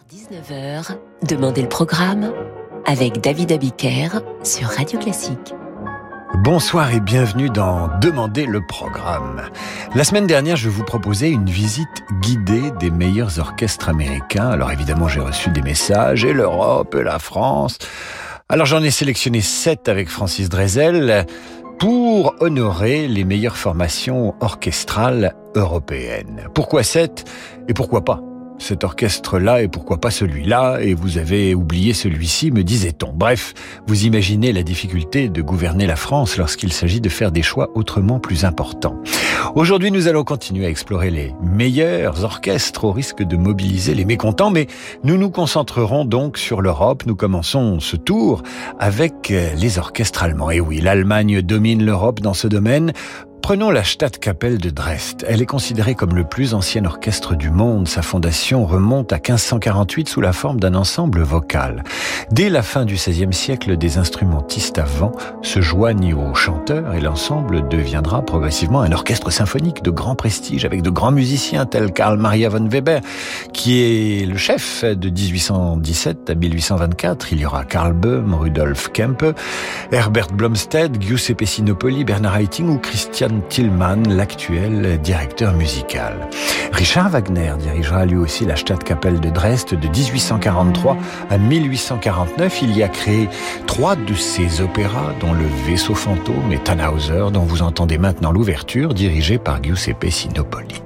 19h, Demandez le programme avec David Abiker sur Radio Classique. Bonsoir et bienvenue dans Demandez le programme. La semaine dernière, je vous proposais une visite guidée des meilleurs orchestres américains. Alors évidemment, j'ai reçu des messages, et l'Europe, et la France. Alors j'en ai sélectionné 7 avec Francis Drezel pour honorer les meilleures formations orchestrales européennes. Pourquoi 7 et pourquoi pas cet orchestre-là et pourquoi pas celui-là, et vous avez oublié celui-ci, me disait-on. Bref, vous imaginez la difficulté de gouverner la France lorsqu'il s'agit de faire des choix autrement plus importants. Aujourd'hui, nous allons continuer à explorer les meilleurs orchestres au risque de mobiliser les mécontents, mais nous nous concentrerons donc sur l'Europe. Nous commençons ce tour avec les orchestres allemands. Et oui, l'Allemagne domine l'Europe dans ce domaine. Prenons la Staatskapelle de Dresde. Elle est considérée comme le plus ancien orchestre du monde. Sa fondation remonte à 1548 sous la forme d'un ensemble vocal. Dès la fin du XVIe siècle, des instrumentistes à vent se joignent aux chanteurs et l'ensemble deviendra progressivement un orchestre symphonique de grand prestige avec de grands musiciens tels Carl Maria von Weber, qui est le chef de 1817 à 1824. Il y aura Karl Böhm, Rudolf Kempe, Herbert Blomstedt, Giuseppe Sinopoli, Bernard Haitink ou Christian Tillmann, l'actuel directeur musical. Richard Wagner dirigera lui aussi la Staatskapelle de Dresde de 1843 à 1849. Il y a créé 3 de ses opéras, dont le Vaisseau fantôme et Tannhäuser, dont vous entendez maintenant l'ouverture, dirigée par Giuseppe Sinopoli.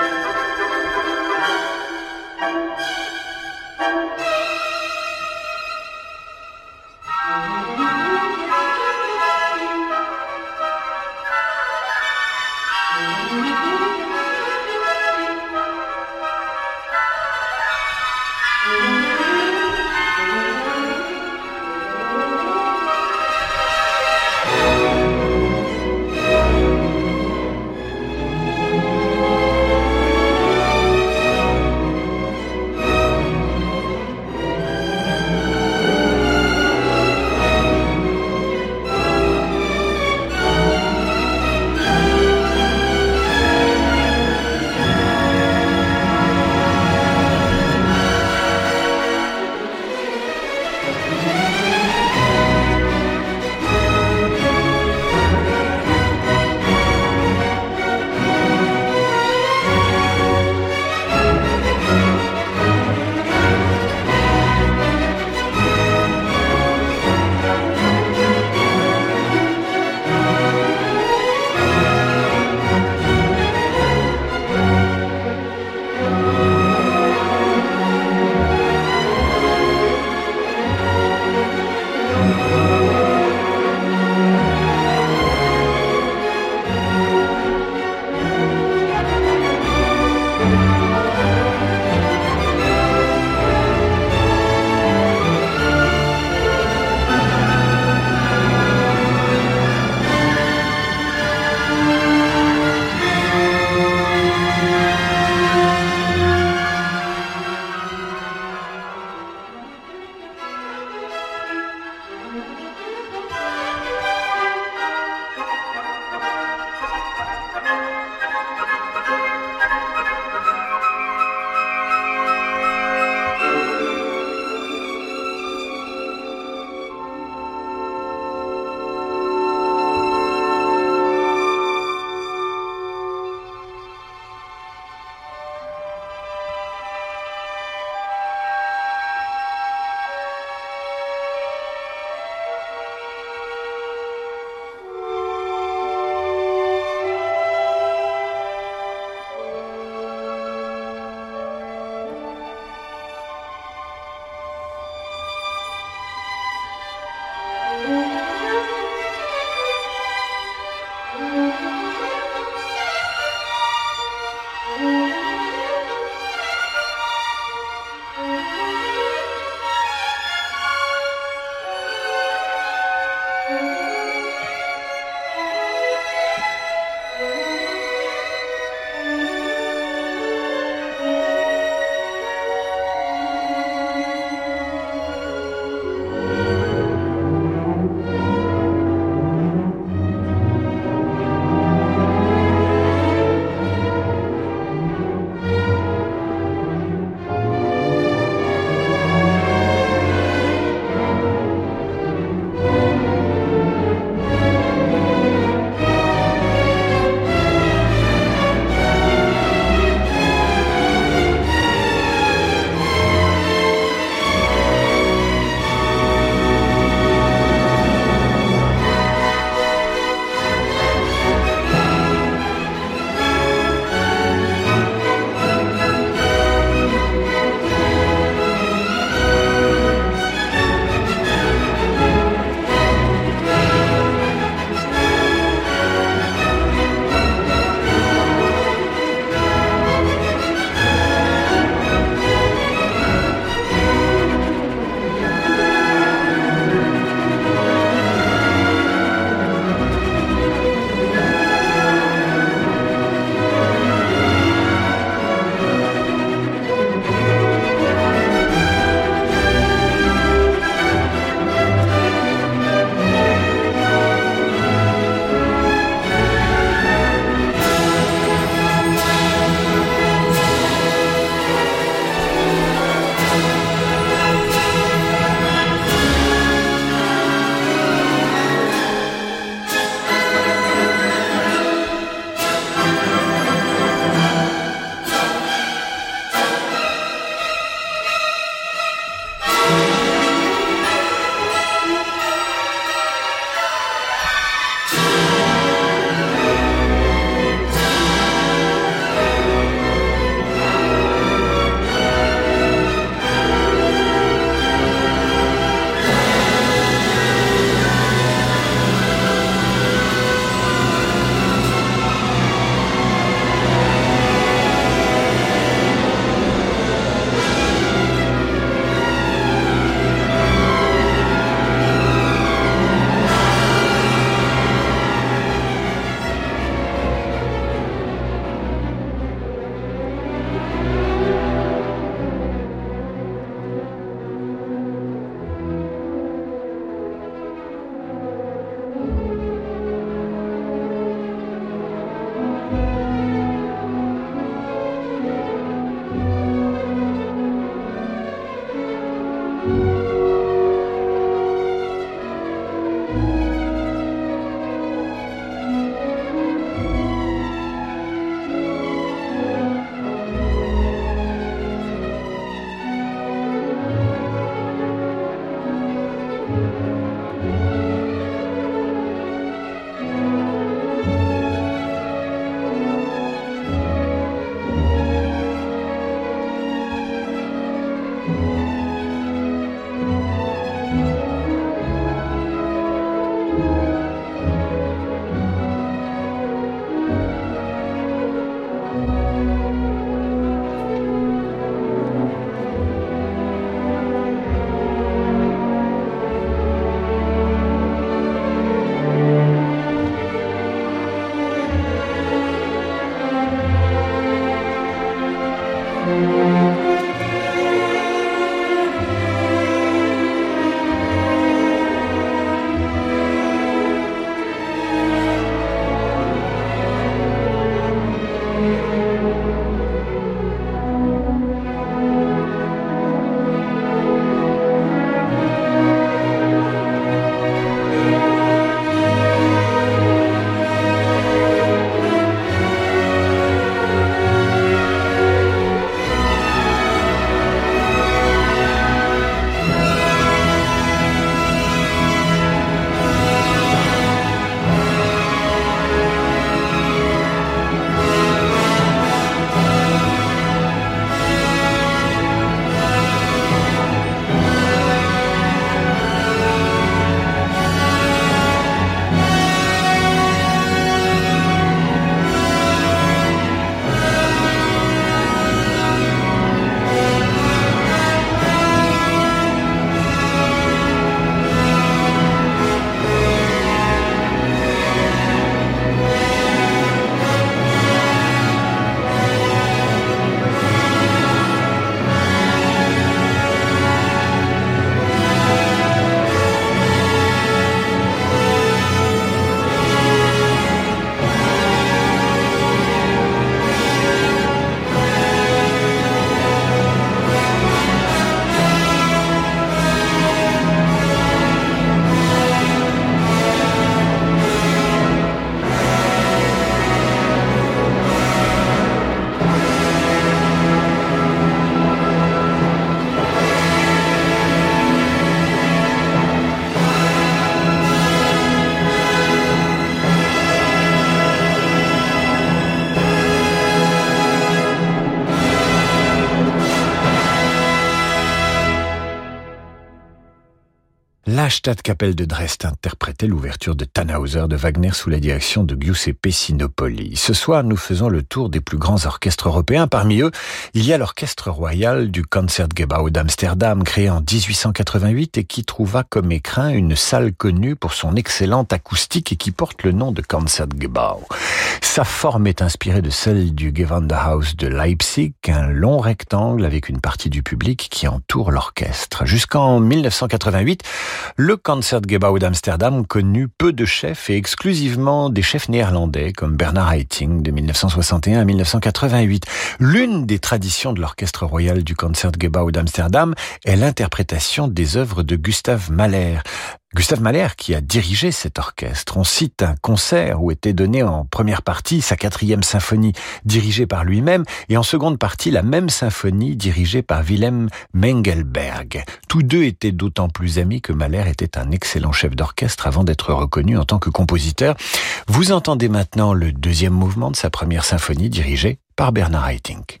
La Staatskapelle de Dresde interprétait l'ouverture de Tannhäuser de Wagner sous la direction de Giuseppe Sinopoli. Ce soir, nous faisons le tour des plus grands orchestres européens. Parmi eux, il y a l'Orchestre royal du Concertgebouw d'Amsterdam, créé en 1888 et qui trouva comme écrin une salle connue pour son excellente acoustique et qui porte le nom de Concertgebouw. Sa forme est inspirée de celle du Gewandhaus de Leipzig, un long rectangle avec une partie du public qui entoure l'orchestre. Jusqu'en 1988, le Concertgebouw d'Amsterdam connut peu de chefs et exclusivement des chefs néerlandais comme Bernard Haitink de 1961 à 1988. L'une des traditions de l'Orchestre royal du Concertgebouw d'Amsterdam est l'interprétation des œuvres de Gustav Mahler. Gustav Mahler qui a dirigé cet orchestre. On cite un concert où était donné en première partie sa 4e symphonie dirigée par lui-même et en seconde partie la même symphonie dirigée par Wilhelm Mengelberg. Tous deux étaient d'autant plus amis que Mahler était un excellent chef d'orchestre avant d'être reconnu en tant que compositeur. Vous entendez maintenant le 2e mouvement de sa première symphonie dirigée par Bernard Haitink.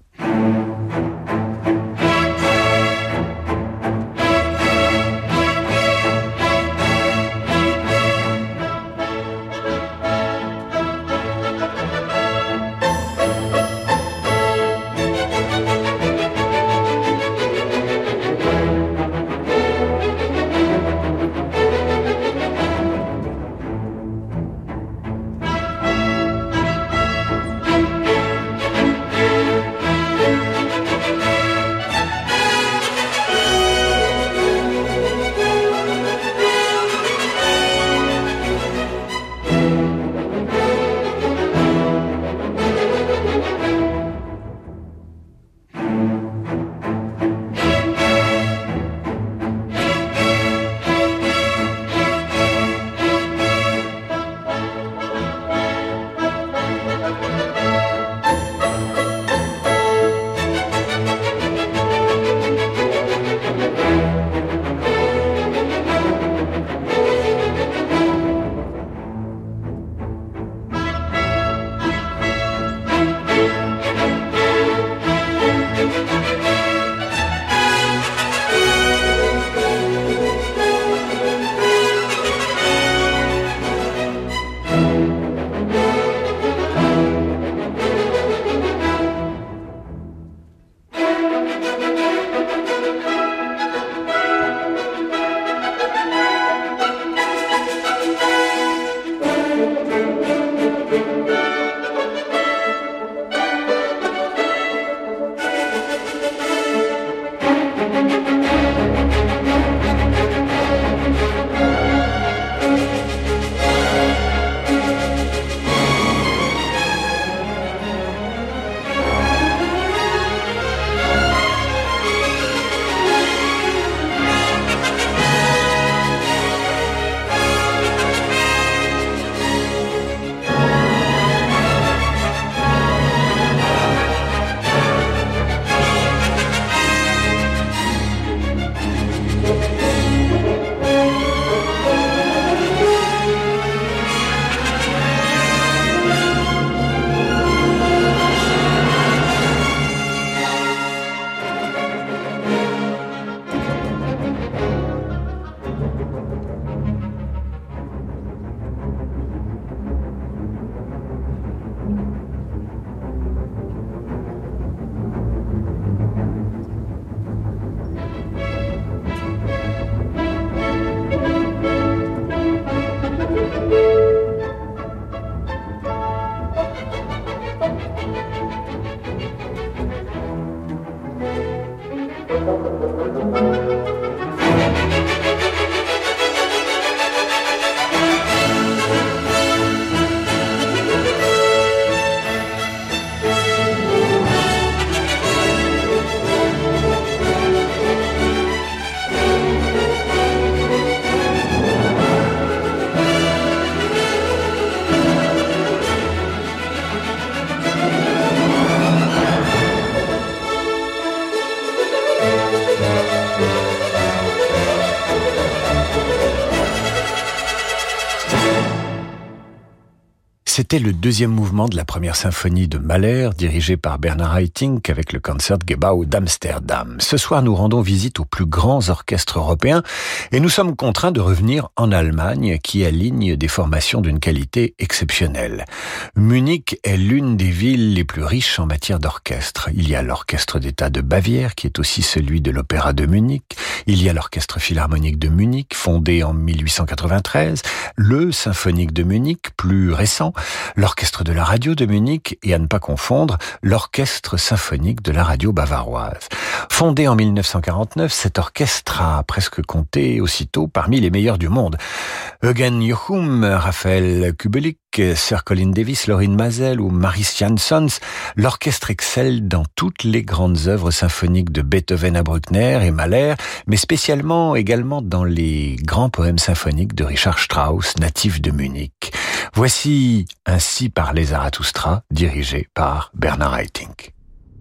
C'était le deuxième mouvement de la première symphonie de Mahler, dirigée par Bernard Haitink avec le Concertgebouw d'Amsterdam. Ce soir, nous rendons visite aux plus grands orchestres européens et nous sommes contraints de revenir en Allemagne qui aligne des formations d'une qualité exceptionnelle. Munich est l'une des villes les plus riches en matière d'orchestre. Il y a l'orchestre d'État de Bavière qui est aussi celui de l'Opéra de Munich. Il y a l'orchestre philharmonique de Munich, fondé en 1893, le symphonique de Munich, plus récent, l'orchestre de la radio de Munich et à ne pas confondre, l'orchestre symphonique de la radio bavaroise. Fondé en 1949, cet orchestre a presque compté aussitôt parmi les meilleurs du monde. Eugen Jochum, Raphaël Kubelik, Sir Colin Davis, Lorin Maazel ou Maris Jansons, l'orchestre excelle dans toutes les grandes œuvres symphoniques de Beethoven à Bruckner et Mahler, mais spécialement également dans les grands poèmes symphoniques de Richard Strauss, natif de Munich. Voici Ainsi parlait Zarathustra, dirigé par Bernard Haitink.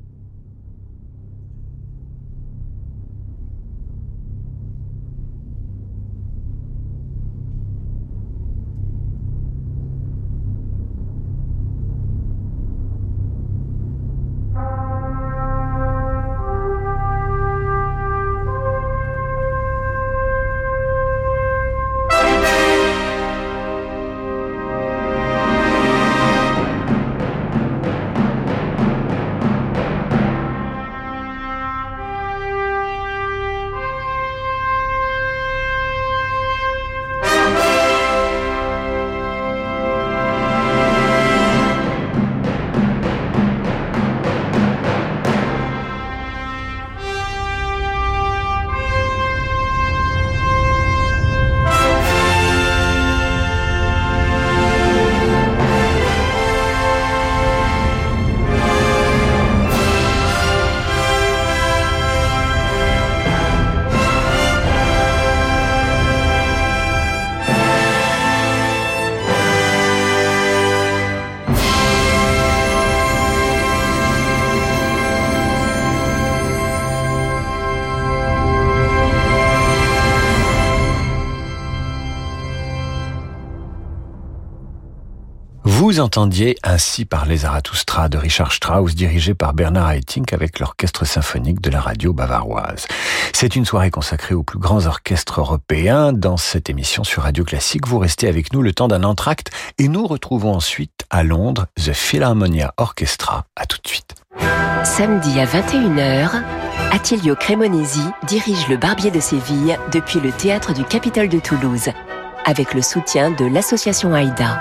Vous entendiez Ainsi parlait Zarathustra de Richard Strauss, dirigé par Bernard Haitink avec l'orchestre symphonique de la radio bavaroise. C'est une soirée consacrée aux plus grands orchestres européens. Dans cette émission sur Radio Classique, vous restez avec nous le temps d'un entracte et nous retrouvons ensuite à Londres The Philharmonia Orchestra. À tout de suite. Samedi à 21h, Attilio Cremonesi dirige le Barbier de Séville depuis le théâtre du Capitole de Toulouse, avec le soutien de l'association Aïda.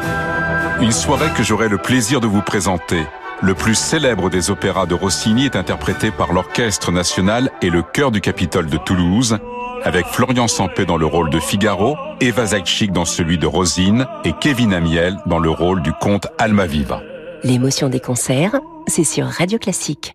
Une soirée que j'aurai le plaisir de vous présenter. Le plus célèbre des opéras de Rossini est interprété par l'Orchestre National et le Chœur du Capitole de Toulouse, avec Florian Sampé dans le rôle de Figaro, Eva Zaïtchik dans celui de Rosine et Kevin Amiel dans le rôle du comte Almaviva. L'émotion des concerts, c'est sur Radio Classique.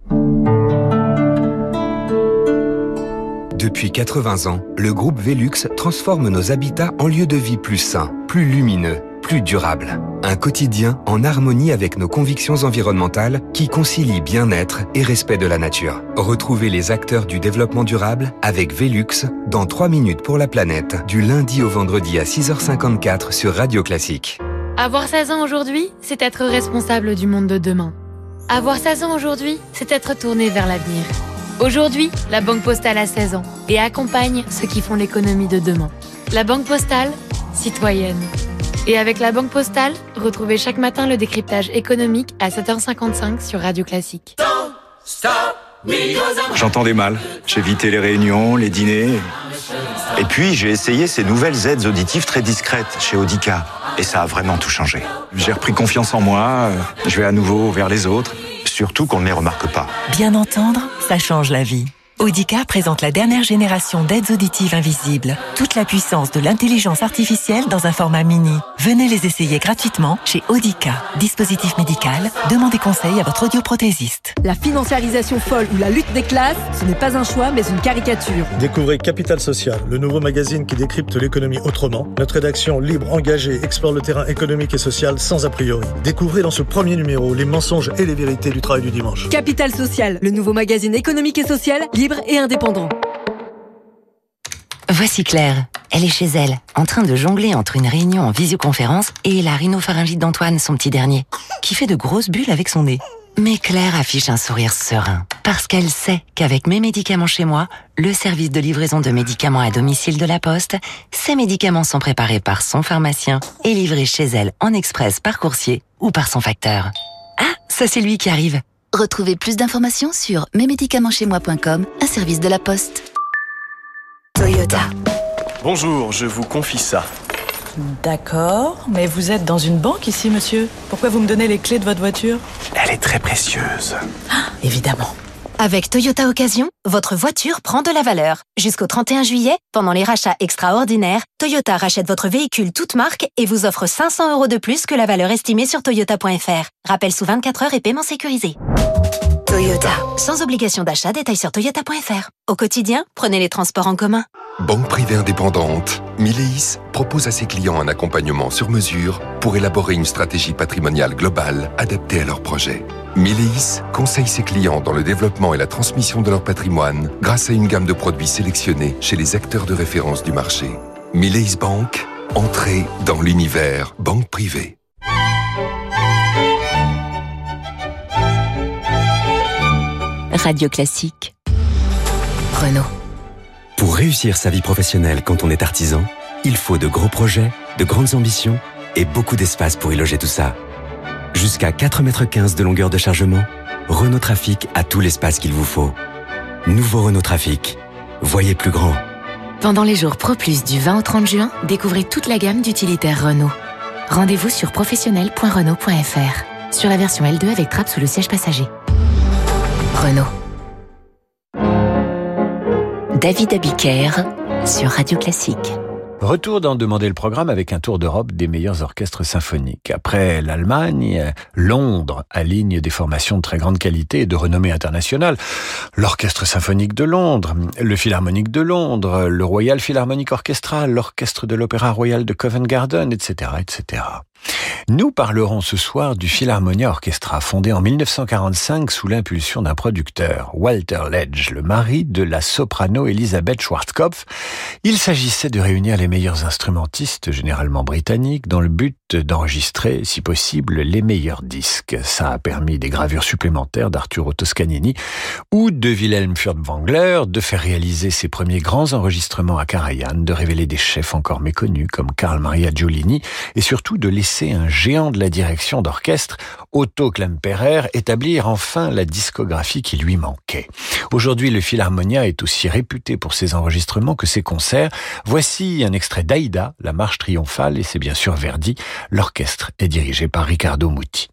Depuis 80 ans, le groupe Velux transforme nos habitats en lieux de vie plus sains, plus lumineux, plus durables. Un quotidien en harmonie avec nos convictions environnementales qui concilient bien-être et respect de la nature. Retrouvez les acteurs du développement durable avec Velux dans 3 minutes pour la planète, du lundi au vendredi à 6h54 sur Radio Classique. Avoir 16 ans aujourd'hui, c'est être responsable du monde de demain. Avoir 16 ans aujourd'hui, c'est être tourné vers l'avenir. Aujourd'hui, la Banque Postale a 16 ans et accompagne ceux qui font l'économie de demain. La Banque Postale, citoyenne. Et avec la Banque Postale, retrouvez chaque matin le décryptage économique à 7h55 sur Radio Classique. J'entendais mal. J'ai évité les réunions, les dîners. Et puis, j'ai essayé ces nouvelles aides auditives très discrètes chez Audica. Et ça a vraiment tout changé. J'ai repris confiance en moi, je vais à nouveau vers les autres. Surtout qu'on ne les remarque pas. Bien entendre, ça change la vie. Audica présente la dernière génération d'aides auditives invisibles. Toute la puissance de l'intelligence artificielle dans un format mini. Venez les essayer gratuitement chez Audica. Dispositif médical, demandez conseil à votre audioprothésiste. La financiarisation folle ou la lutte des classes, ce n'est pas un choix mais une caricature. Découvrez Capital Social, le nouveau magazine qui décrypte l'économie autrement. Notre rédaction libre, engagée, explore le terrain économique et social sans a priori. Découvrez dans ce premier numéro les mensonges et les vérités du travail du dimanche. Capital Social, le nouveau magazine économique et social, libre et indépendant. Voici Claire. Elle est chez elle, en train de jongler entre une réunion en visioconférence et la rhinopharyngite d'Antoine, son petit dernier, qui fait de grosses bulles avec son nez. Mais Claire affiche un sourire serein, parce qu'elle sait qu'avec Mes médicaments chez moi, le service de livraison de médicaments à domicile de la Poste, ces médicaments sont préparés par son pharmacien et livrés chez elle en express par coursier ou par son facteur. Ah, ça c'est lui qui arrive. Retrouvez plus d'informations sur mesmédicamentschezmoi.com, un service de la Poste. Toyota. Bonjour, je vous confie ça. D'accord, mais vous êtes dans une banque ici, monsieur. Pourquoi vous me donnez les clés de votre voiture ? Elle est très précieuse. Ah, évidemment. Avec Toyota Occasion, votre voiture prend de la valeur. Jusqu'au 31 juillet, pendant les rachats extraordinaires, Toyota rachète votre véhicule toute marque et vous offre 500 € de plus que la valeur estimée sur toyota.fr. Rappel sous 24 heures et paiement sécurisé. Toyota. Sans obligation d'achat, détail sur toyota.fr. Au quotidien, prenez les transports en commun. Banque privée indépendante, Mileis propose à ses clients un accompagnement sur mesure pour élaborer une stratégie patrimoniale globale adaptée à leurs projets. Mileis conseille ses clients dans le développement et la transmission de leur patrimoine grâce à une gamme de produits sélectionnés chez les acteurs de référence du marché. Mileis Banque, entrée dans l'univers banque privée. Radio Classique. Renault. Pour réussir sa vie professionnelle quand on est artisan, il faut de gros projets, de grandes ambitions et beaucoup d'espace pour y loger tout ça. Jusqu'à 4,15 m de longueur de chargement, Renault Trafic a tout l'espace qu'il vous faut. Nouveau Renault Trafic. Voyez plus grand. Pendant les jours Pro Plus du 20 au 30 juin, découvrez toute la gamme d'utilitaires Renault. Rendez-vous sur professionnel.renault.fr. Sur la version L2 avec trappe sous le siège passager. Renault. David Abiker sur Radio Classique. Retour dans Demander le programme avec un tour d'Europe des meilleurs orchestres symphoniques. Après l'Allemagne, Londres aligne des formations de très grande qualité et de renommée internationale. L'Orchestre symphonique de Londres, le Philharmonique de Londres, le Royal Philharmonic Orchestra, l'Orchestre de l'Opéra Royal de Covent Garden, etc., etc. Nous parlerons ce soir du Philharmonia Orchestra, fondé en 1945 sous l'impulsion d'un producteur, Walter Ledge, le mari de la soprano Elisabeth Schwarzkopf. Il s'agissait de réunir les meilleurs instrumentistes, généralement britanniques, dans le but d'enregistrer, si possible, les meilleurs disques. Ça a permis des gravures supplémentaires d'Arturo Toscanini ou de Wilhelm Furtwängler, de faire réaliser ses premiers grands enregistrements à Karajan, de révéler des chefs encore méconnus comme Carl Maria Giulini et surtout de laisser un géant de la direction d'orchestre, Otto Klemperer, établir enfin la discographie qui lui manquait. Aujourd'hui, le Philharmonia est aussi réputé pour ses enregistrements que ses concerts. Voici un extrait d'Aïda, la marche triomphale, et c'est bien sûr Verdi. L'orchestre est dirigé par Riccardo Muti.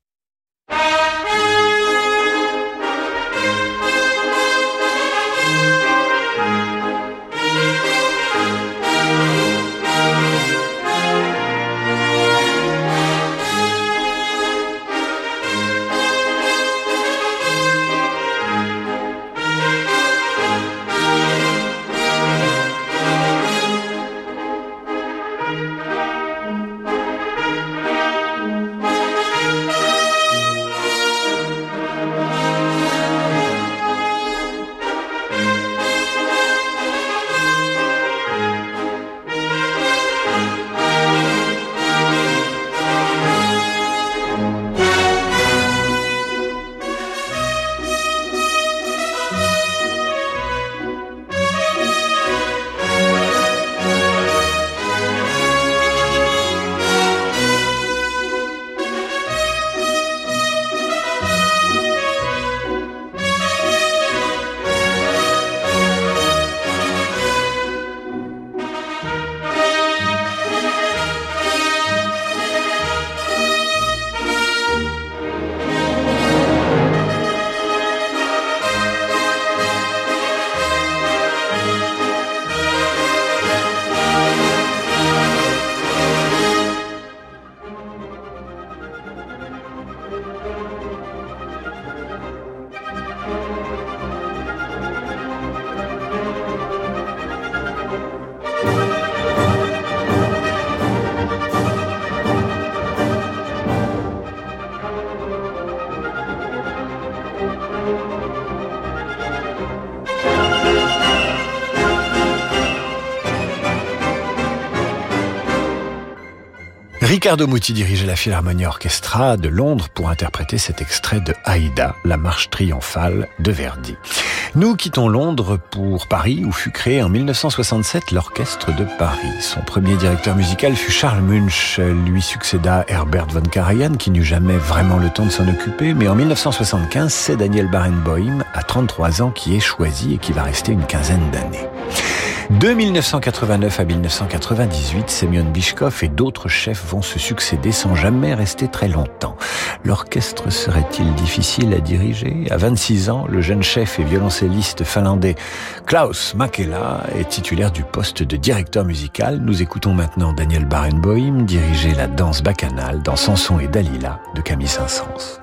Riccardo Muti dirigeait la Philharmonia Orchestra de Londres pour interpréter cet extrait de Aïda, la marche triomphale de Verdi. Nous quittons Londres pour Paris, où fut créé en 1967 l'Orchestre de Paris. Son premier directeur musical fut Charles Munch. Lui succéda Herbert von Karajan, qui n'eut jamais vraiment le temps de s'en occuper. Mais en 1975, c'est Daniel Barenboim, à 33 ans, qui est choisi et qui va rester une quinzaine d'années. De 1989 à 1998, Semyon Bychkov et d'autres chefs vont se succéder sans jamais rester très longtemps. L'orchestre serait-il difficile à diriger ? À 26 ans, le jeune chef et violoncelliste finlandais Klaus Mäkelä est titulaire du poste de directeur musical. Nous écoutons maintenant Daniel Barenboim diriger la danse bacchanale dans Samson et Dalila de Camille Saint-Saëns.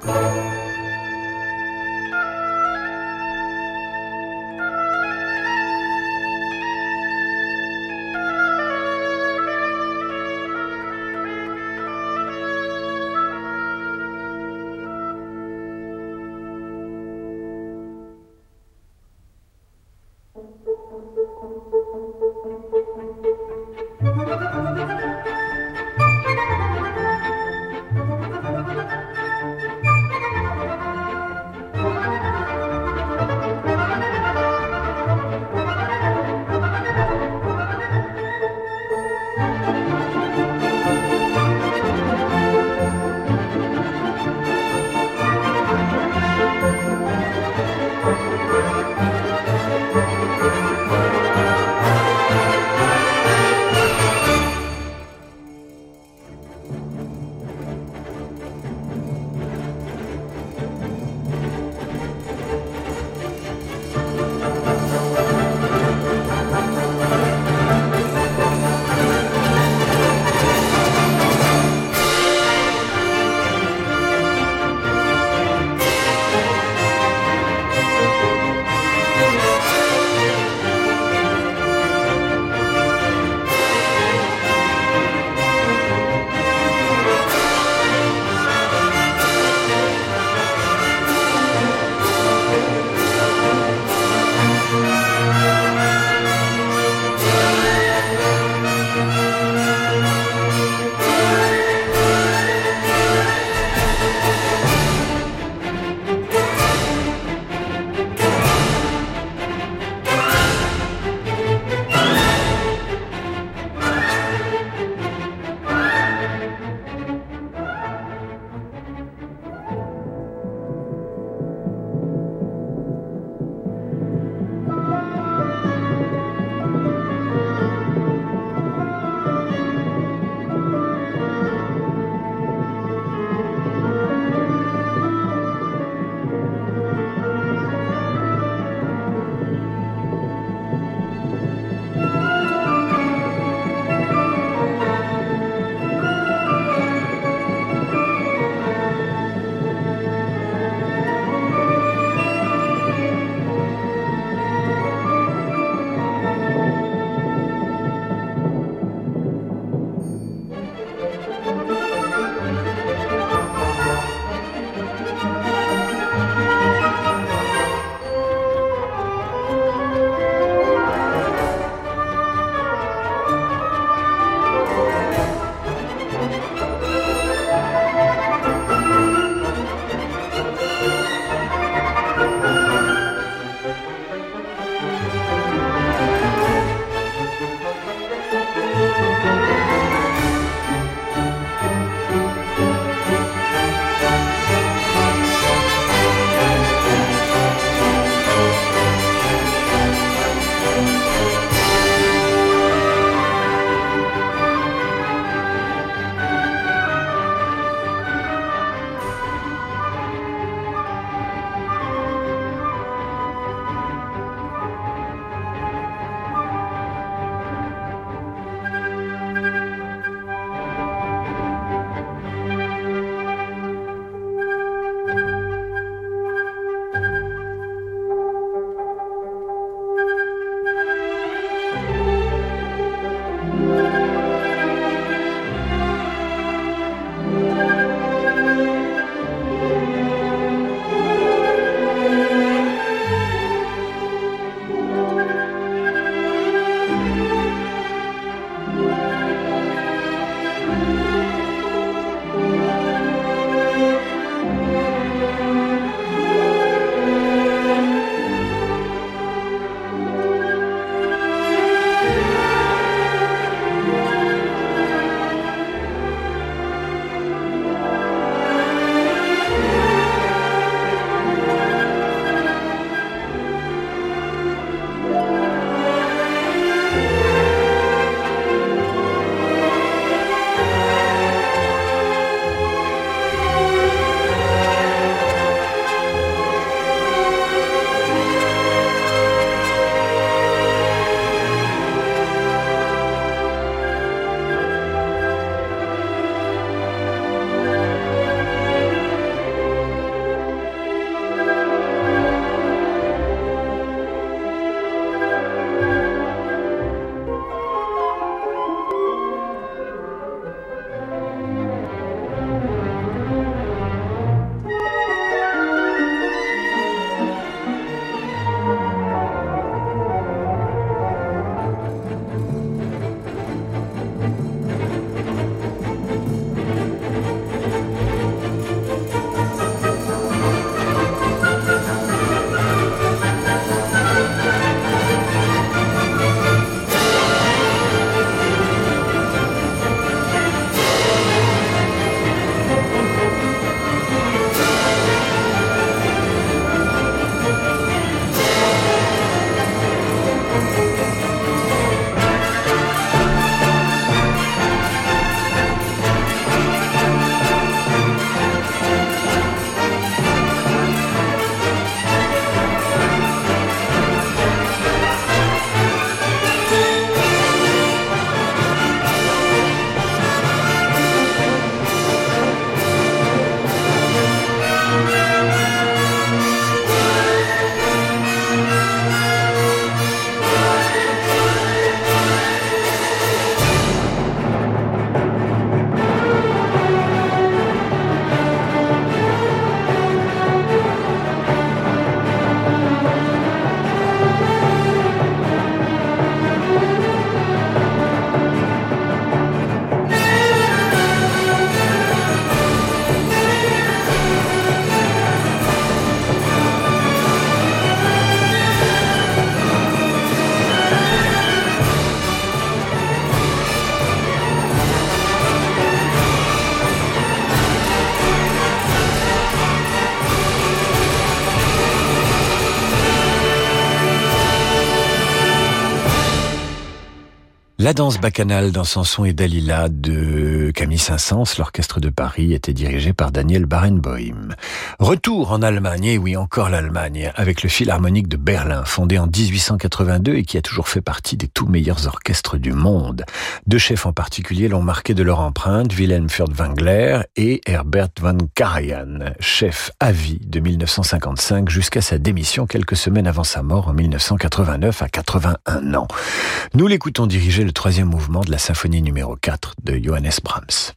La danse bacchanale dans Samson et Dalila de Camille Saint-Saëns, l'orchestre de Paris, était dirigé par Daniel Barenboim. Retour en Allemagne, et oui encore l'Allemagne, avec le Philharmonique de Berlin, fondé en 1882 et qui a toujours fait partie des tout meilleurs orchestres du monde. Deux chefs en particulier l'ont marqué de leur empreinte, Wilhelm Furtwängler et Herbert von Karajan, chef à vie de 1955 jusqu'à sa démission quelques semaines avant sa mort en 1989 à 81 ans. Nous l'écoutons diriger le troisième mouvement de la symphonie numéro 4 de Johannes Brahms.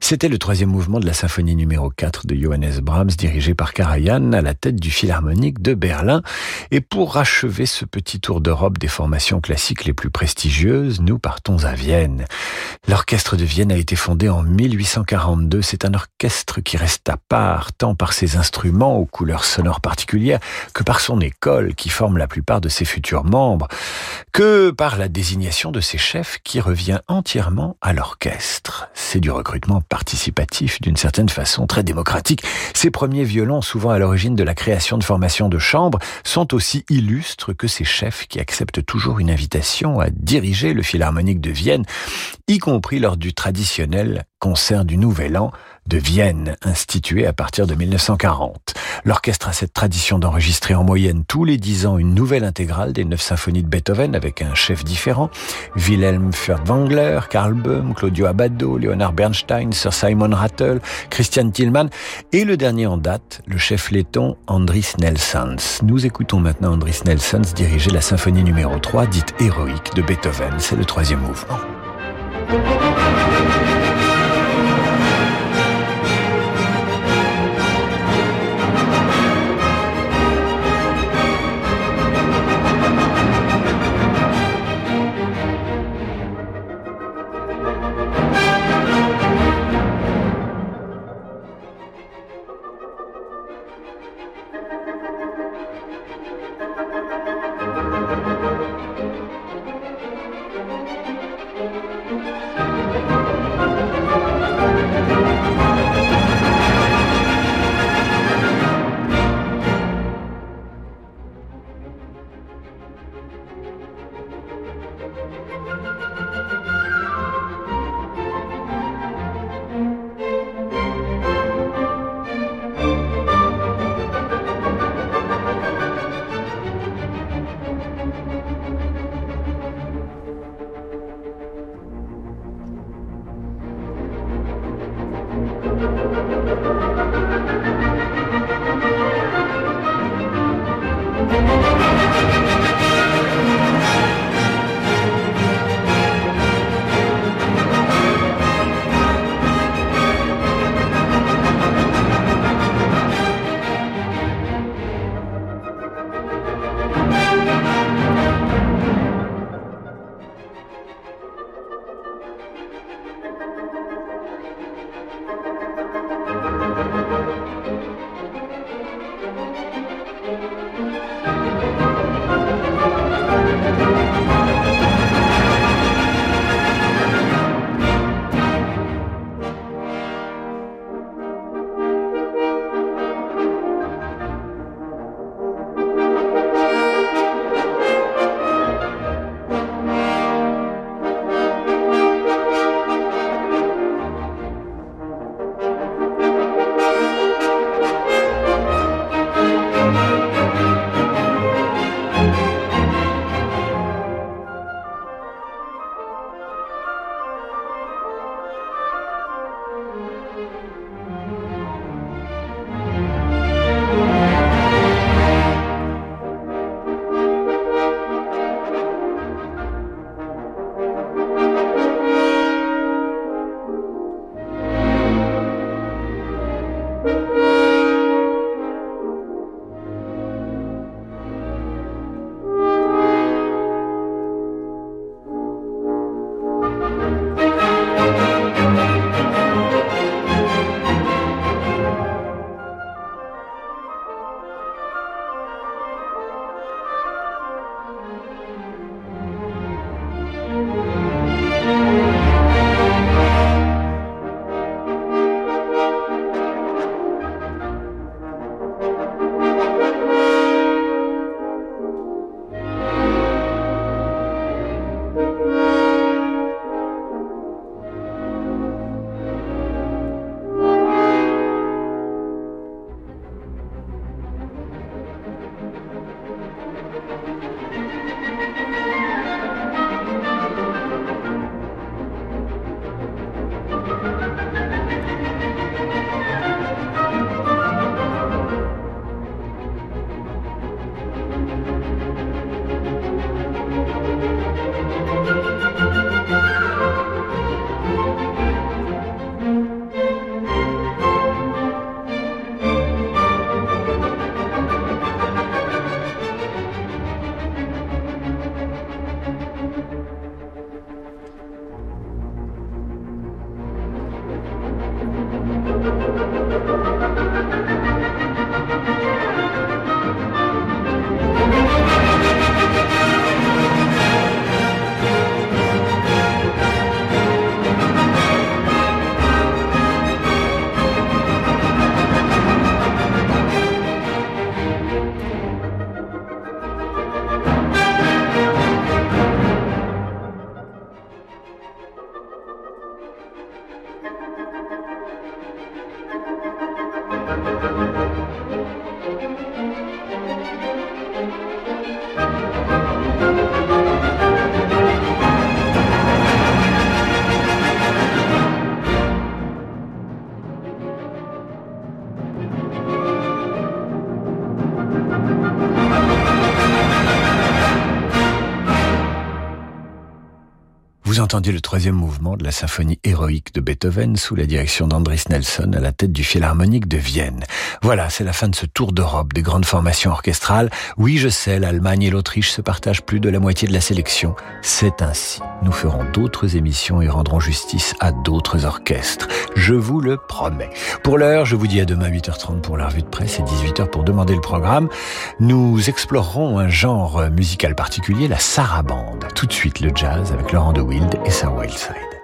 C'était le troisième mouvement de la symphonie numéro 4 de Johannes Brahms, dirigé par Karajan, à la tête du Philharmonique de Berlin. Et pour achever ce petit tour d'Europe des formations classiques les plus prestigieuses, nous partons à Vienne. L'orchestre de Vienne a été fondé en 1842. C'est un orchestre qui reste à part, tant par ses instruments aux couleurs sonores particulières que par son école qui forme la plupart de ses futurs membres, que par la désignation de ses chefs qui revient entièrement à l'orchestre. C'est du recrutement participatif, d'une certaine façon très démocratique. Ces premiers violons, souvent à l'origine de la création de formations de chambre, sont aussi illustres que ces chefs qui acceptent toujours une invitation à diriger le Philharmonique de Vienne, y compris lors du traditionnel concert du Nouvel An de Vienne, institué à partir de 1940. L'orchestre a cette tradition d'enregistrer en moyenne tous les 10 ans une nouvelle intégrale des 9 symphonies de Beethoven avec un chef différent. Wilhelm Furtwängler, Karl Böhm, Claudio Abbado, Leonard Bernstein, Sir Simon Rattle, Christian Thielmann et le dernier en date, le chef letton Andris Nelsons. Nous écoutons maintenant Andris Nelsons diriger la symphonie numéro 3, dite héroïque de Beethoven. C'est le troisième mouvement. Vous entendiez le 3e mouvement de la symphonie héroïque de Beethoven sous la direction d'Andris Nelson à la tête du Philharmonique de Vienne. Voilà, c'est la fin de ce tour d'Europe des grandes formations orchestrales. Oui, je sais, l'Allemagne et l'Autriche se partagent plus de la moitié de la sélection. C'est ainsi. Nous ferons d'autres émissions et rendrons justice à d'autres orchestres. Je vous le promets. Pour l'heure, je vous dis à demain 8h30 pour la revue de presse et 18h pour demander le programme. Nous explorerons un genre musical particulier, la sarabande. Tout de suite, le jazz avec Laurent de Wild et sa Wildside.